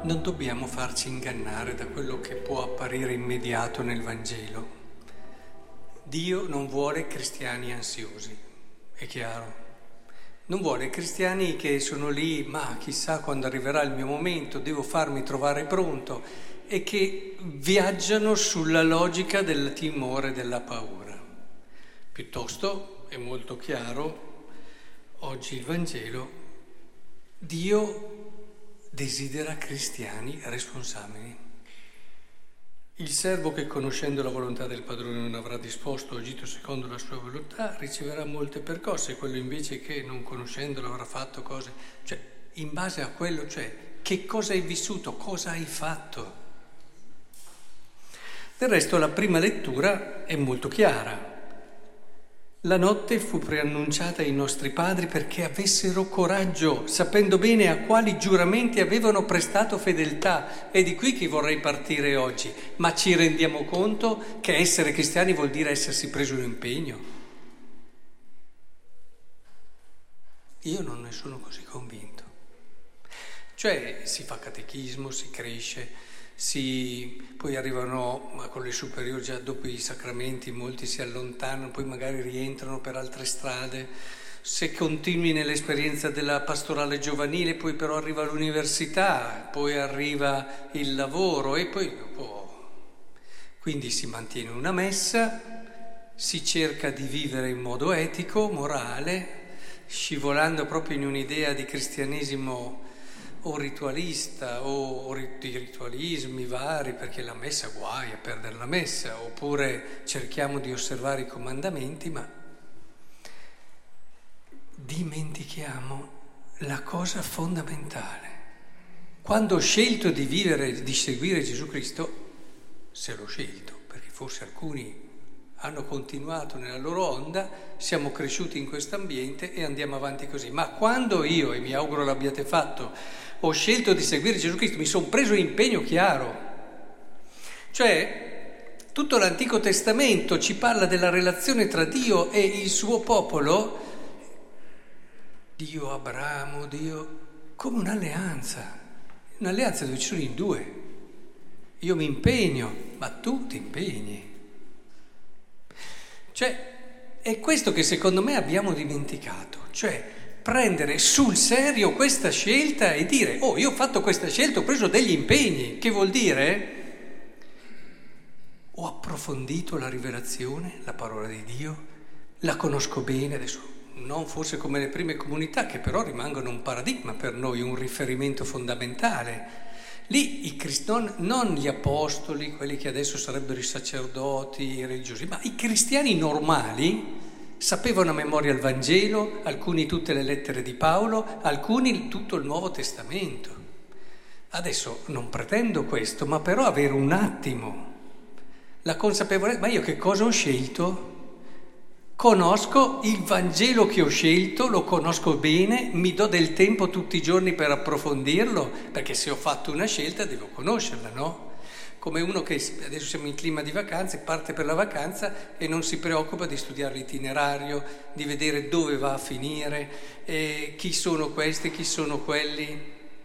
non dobbiamo farci ingannare da quello che può apparire immediato nel Vangelo. Dio non vuole cristiani ansiosi, è chiaro. Non vuole cristiani che sono lì, ma chissà quando arriverà il mio momento, devo farmi trovare pronto, e che viaggiano sulla logica del timore e della paura. Piuttosto, è molto chiaro, oggi il Vangelo, Dio desidera cristiani responsabili. Il servo che conoscendo la volontà del padrone non avrà disposto o agito secondo la sua volontà riceverà molte percosse, quello invece che non conoscendolo avrà fatto cose, cioè in base a quello, cioè che cosa hai vissuto, cosa hai fatto. Del resto la prima lettura è molto chiara. La notte fu preannunciata ai nostri padri perché avessero coraggio, sapendo bene a quali giuramenti avevano prestato fedeltà. È di qui che vorrei partire oggi. Ma ci rendiamo conto che essere cristiani vuol dire essersi preso un impegno? Io non ne sono così convinto. Cioè si fa catechismo, si cresce, poi arrivano con le superiori già dopo i sacramenti, molti si allontanano, poi magari rientrano per altre strade. Se continui nell'esperienza della pastorale giovanile, poi però arriva l'università, poi arriva il lavoro e poi dopo. Quindi si mantiene una messa, si cerca di vivere in modo etico, morale, scivolando proprio in un'idea di cristianesimo o ritualista o di ritualismi vari, perché la messa guai a perdere la messa, oppure cerchiamo di osservare i comandamenti, ma dimentichiamo la cosa fondamentale. Quando ho scelto di vivere, di seguire Gesù Cristo, se l'ho scelto, perché forse alcuni hanno continuato nella loro onda, siamo cresciuti in questo ambiente e andiamo avanti così. Ma quando io, e mi auguro l'abbiate fatto, ho scelto di seguire Gesù Cristo, mi sono preso un impegno chiaro. Cioè, tutto l'Antico Testamento ci parla della relazione tra Dio e il suo popolo, Dio, Abramo, Dio, come un'alleanza dove ci sono in due. Io mi impegno, ma tu ti impegni. Cioè, è questo che secondo me abbiamo dimenticato, cioè prendere sul serio questa scelta e dire, oh, io ho fatto questa scelta, ho preso degli impegni, che vuol dire? Ho approfondito la rivelazione, la parola di Dio, la conosco bene, adesso non forse come le prime comunità, che però rimangono un paradigma per noi, un riferimento fondamentale. Lì non gli apostoli, quelli che adesso sarebbero i sacerdoti, i religiosi, ma i cristiani normali sapevano a memoria il Vangelo, alcuni tutte le lettere di Paolo, alcuni tutto il Nuovo Testamento. Adesso non pretendo questo, ma però avere un attimo la consapevolezza, ma io che cosa ho scelto? Conosco il Vangelo che ho scelto, lo conosco bene, mi do del tempo tutti i giorni per approfondirlo, perché se ho fatto una scelta devo conoscerla, no? Come uno che adesso siamo in clima di vacanze, parte per la vacanza e non si preoccupa di studiare l'itinerario, di vedere dove va a finire, chi sono questi, chi sono quelli.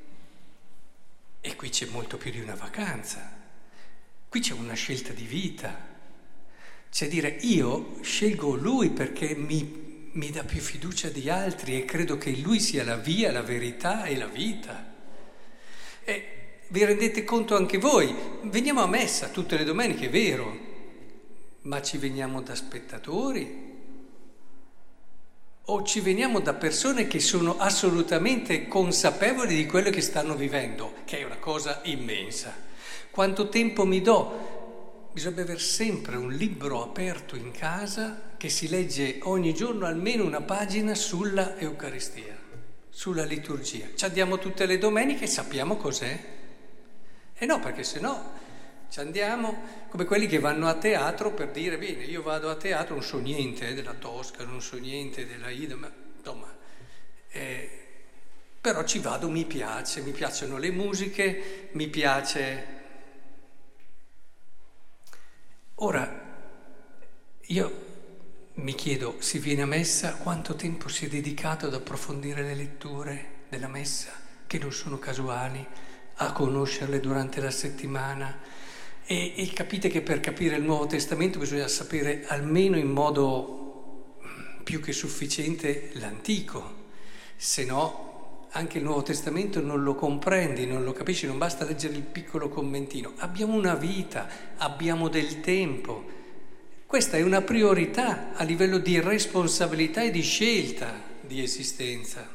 E qui c'è molto più di una vacanza, qui c'è una scelta di vita. Cioè dire, io scelgo lui perché mi dà più fiducia di altri e credo che lui sia la via, la verità e la vita. E vi rendete conto anche voi, veniamo a messa tutte le domeniche, è vero, ma ci veniamo da spettatori o ci veniamo da persone che sono assolutamente consapevoli di quello che stanno vivendo, che è una cosa immensa. Quanto tempo mi do? Bisogna avere sempre un libro aperto in casa che si legge ogni giorno almeno una pagina sulla Eucaristia, sulla liturgia. Ci andiamo tutte le domeniche e sappiamo cos'è. E no, perché sennò ci andiamo come quelli che vanno a teatro per dire, bene, io vado a teatro, non so niente della Tosca, non so niente della Ida, ma insomma, però ci vado, mi piacciono le musiche, mi piace. Ora, io mi chiedo, si viene a messa, quanto tempo si è dedicato ad approfondire le letture della messa, che non sono casuali, a conoscerle durante la settimana e capite che per capire il Nuovo Testamento bisogna sapere almeno in modo più che sufficiente l'Antico, se no anche il Nuovo Testamento non lo comprendi, non lo capisci, non basta leggere il piccolo commentino. Abbiamo una vita, abbiamo del tempo. Questa è una priorità a livello di responsabilità e di scelta di esistenza.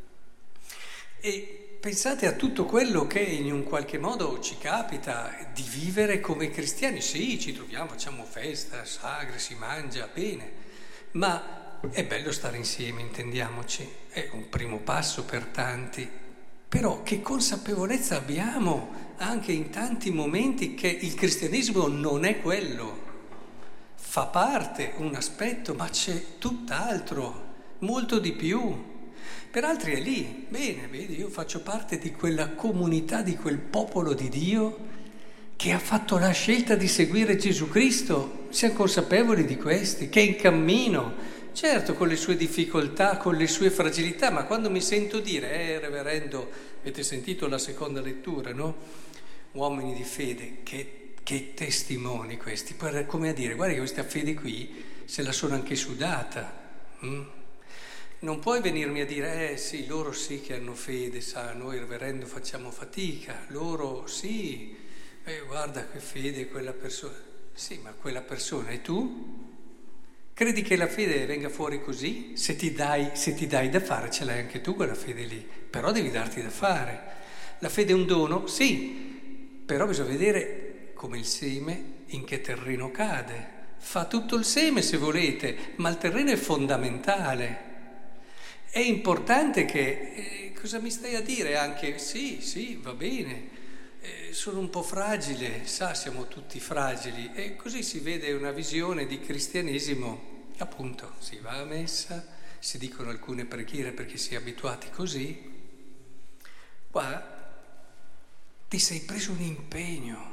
E pensate a tutto quello che in un qualche modo ci capita di vivere come cristiani. Sì, ci troviamo, facciamo festa, sagre, si mangia, bene, ma è bello stare insieme, intendiamoci, è un primo passo per tanti. Però che consapevolezza abbiamo anche in tanti momenti che il cristianesimo non è quello. Fa parte un aspetto, ma c'è tutt'altro, molto di più. Per altri è lì, bene, vedi, io faccio parte di quella comunità, di quel popolo di Dio che ha fatto la scelta di seguire Gesù Cristo. Siamo consapevoli di questi, che è in cammino, certo con le sue difficoltà, con le sue fragilità, ma quando mi sento dire, reverendo, avete sentito la seconda lettura, no? Uomini di fede, che testimoni questi, come a dire, guarda che questa fede qui se la sono anche sudata. Non puoi venirmi a dire, sì, loro sì che hanno fede, sa, noi reverendo facciamo fatica, loro sì, guarda che fede quella persona. Sì, ma quella persona e tu? Credi che la fede venga fuori così? Se ti dai da fare, ce l'hai anche tu quella fede lì, però devi darti da fare. La fede è un dono? Sì, però bisogna vedere come il seme in che terreno cade. Fa tutto il seme se volete, ma il terreno è fondamentale. È importante che, cosa mi stai a dire anche? Sì, va bene, sono un po' fragile, sa, siamo tutti fragili, e così si vede una visione di cristianesimo, appunto, si va a messa, si dicono alcune preghiere perché si è abituati così. Qua ti sei preso un impegno,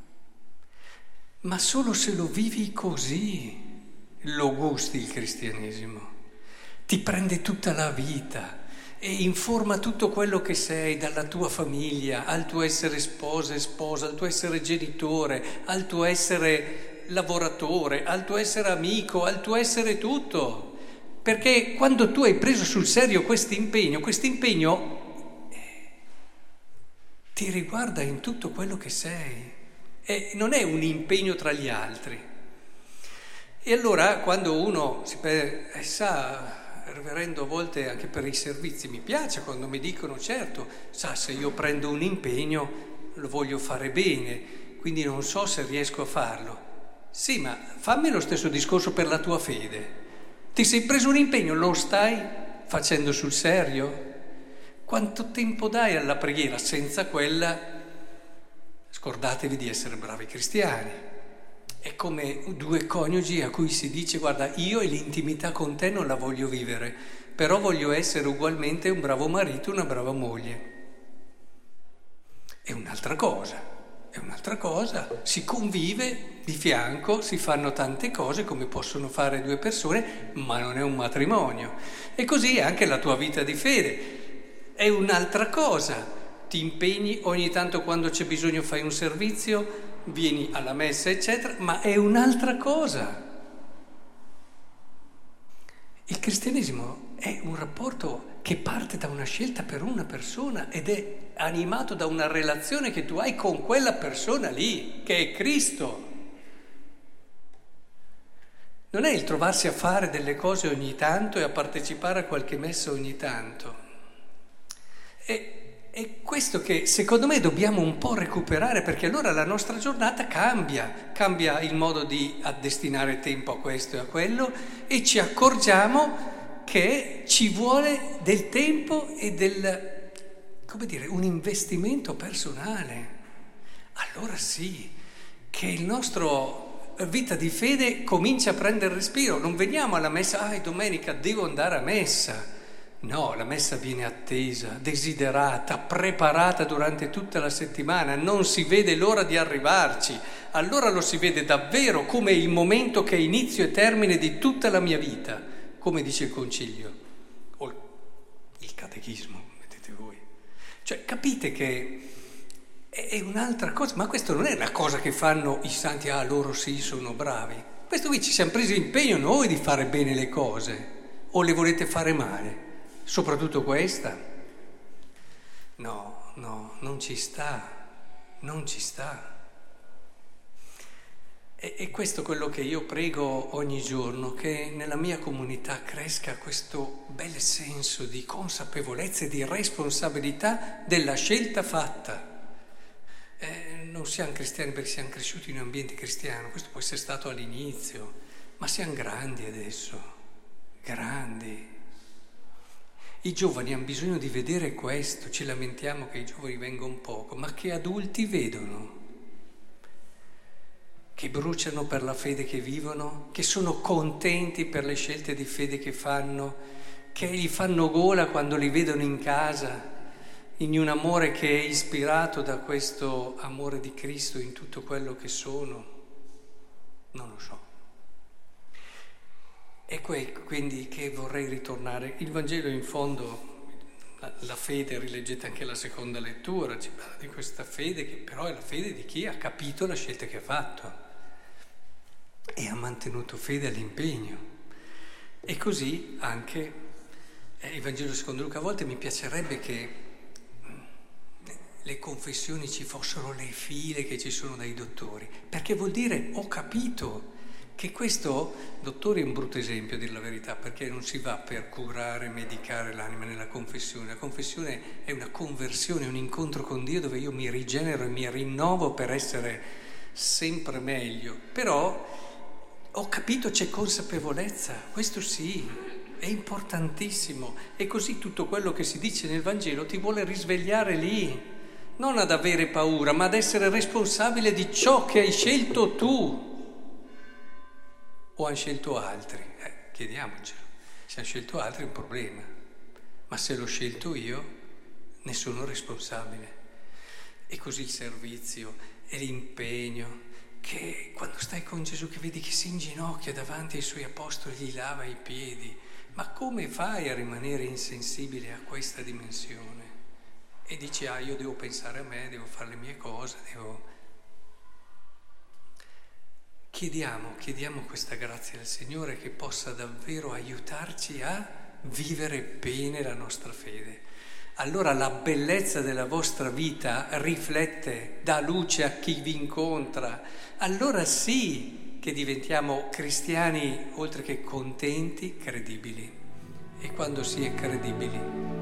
ma solo se lo vivi così lo gusti il cristianesimo. Ti prende tutta la vita e informa tutto quello che sei, dalla tua famiglia, al tuo essere sposa e sposa, al tuo essere genitore, al tuo essere lavoratore, al tuo essere amico, al tuo essere tutto. Perché quando tu hai preso sul serio questo impegno ti riguarda in tutto quello che sei. E non è un impegno tra gli altri. E allora quando uno sa... Reverendo, a volte anche per i servizi mi piace quando mi dicono, certo, sa, se io prendo un impegno lo voglio fare bene, quindi non so se riesco a farlo. Sì, ma fammi lo stesso discorso per la tua fede. Ti sei preso un impegno, lo stai facendo sul serio? Quanto tempo dai alla preghiera? Senza quella, scordatevi di essere bravi cristiani. È come due coniugi a cui si dice, guarda, io e l'intimità con te non la voglio vivere, però voglio essere ugualmente un bravo marito e una brava moglie. È un'altra cosa, si convive di fianco, si fanno tante cose come possono fare due persone, ma non è un matrimonio. E così anche la tua vita di fede è un'altra cosa. Ti impegni, ogni tanto quando c'è bisogno fai un servizio, vieni alla messa, eccetera, ma è un'altra cosa. Il cristianesimo è un rapporto che parte da una scelta per una persona ed è animato da una relazione che tu hai con quella persona lì, che è Cristo. Non è il trovarsi a fare delle cose ogni tanto e a partecipare a qualche messa ogni tanto. È questo che secondo me dobbiamo un po' recuperare, perché allora la nostra giornata cambia il modo di destinare tempo a questo e a quello, e ci accorgiamo che ci vuole del tempo e un investimento personale. Allora sì, che il nostro vita di fede comincia a prendere respiro. Non veniamo alla messa, è domenica, devo andare a messa. No, la messa viene attesa, desiderata, preparata durante tutta la settimana, non si vede l'ora di arrivarci, allora lo si vede davvero come il momento che è inizio e termine di tutta la mia vita, come dice il Concilio, o il Catechismo, mettete voi. Cioè capite che è un'altra cosa, ma questo non è una cosa che fanno i santi, loro sì, sono bravi. Questo qui ci siamo presi l'impegno noi di fare bene le cose, o le volete fare male? Soprattutto questa? No, non ci sta, non ci sta. E questo è quello che io prego ogni giorno, che nella mia comunità cresca questo bel senso di consapevolezza e di responsabilità della scelta fatta. Non siamo cristiani perché siamo cresciuti in un ambiente cristiano, questo può essere stato all'inizio, ma siamo grandi adesso, grandi. I giovani hanno bisogno di vedere questo, ci lamentiamo che i giovani vengono poco, ma che adulti vedono, che bruciano per la fede che vivono, che sono contenti per le scelte di fede che fanno, che gli fanno gola quando li vedono in casa, in un amore che è ispirato da questo amore di Cristo in tutto quello che sono. Non lo so. E quindi che vorrei ritornare. Il Vangelo in fondo, la fede, rileggete anche la seconda lettura, ci parla di questa fede che però è la fede di chi ha capito la scelta che ha fatto e ha mantenuto fede all'impegno. E così anche il Vangelo secondo Luca. A volte mi piacerebbe che le confessioni ci fossero le file che ci sono dai dottori, perché vuol dire ho capito che questo dottore è un brutto esempio, a dire la verità, perché non si va per curare, medicare l'anima nella confessione. La confessione è una conversione, un incontro con Dio dove io mi rigenero e mi rinnovo per essere sempre meglio. Però ho capito, c'è consapevolezza, questo sì, è importantissimo. E così tutto quello che si dice nel Vangelo ti vuole risvegliare lì, non ad avere paura, ma ad essere responsabile di ciò che hai scelto tu. O hanno scelto altri? Chiediamocelo. Se hanno scelto altri è un problema, ma se l'ho scelto io ne sono responsabile. E così il servizio e l'impegno, che quando stai con Gesù che vedi che si inginocchia davanti ai suoi apostoli, gli lava i piedi, ma come fai a rimanere insensibile a questa dimensione? E dici, io devo pensare a me, devo fare le mie cose, Chiediamo questa grazia del Signore che possa davvero aiutarci a vivere bene la nostra fede. Allora la bellezza della vostra vita riflette, dà luce a chi vi incontra. Allora sì che diventiamo cristiani, oltre che contenti, credibili. E quando si è credibili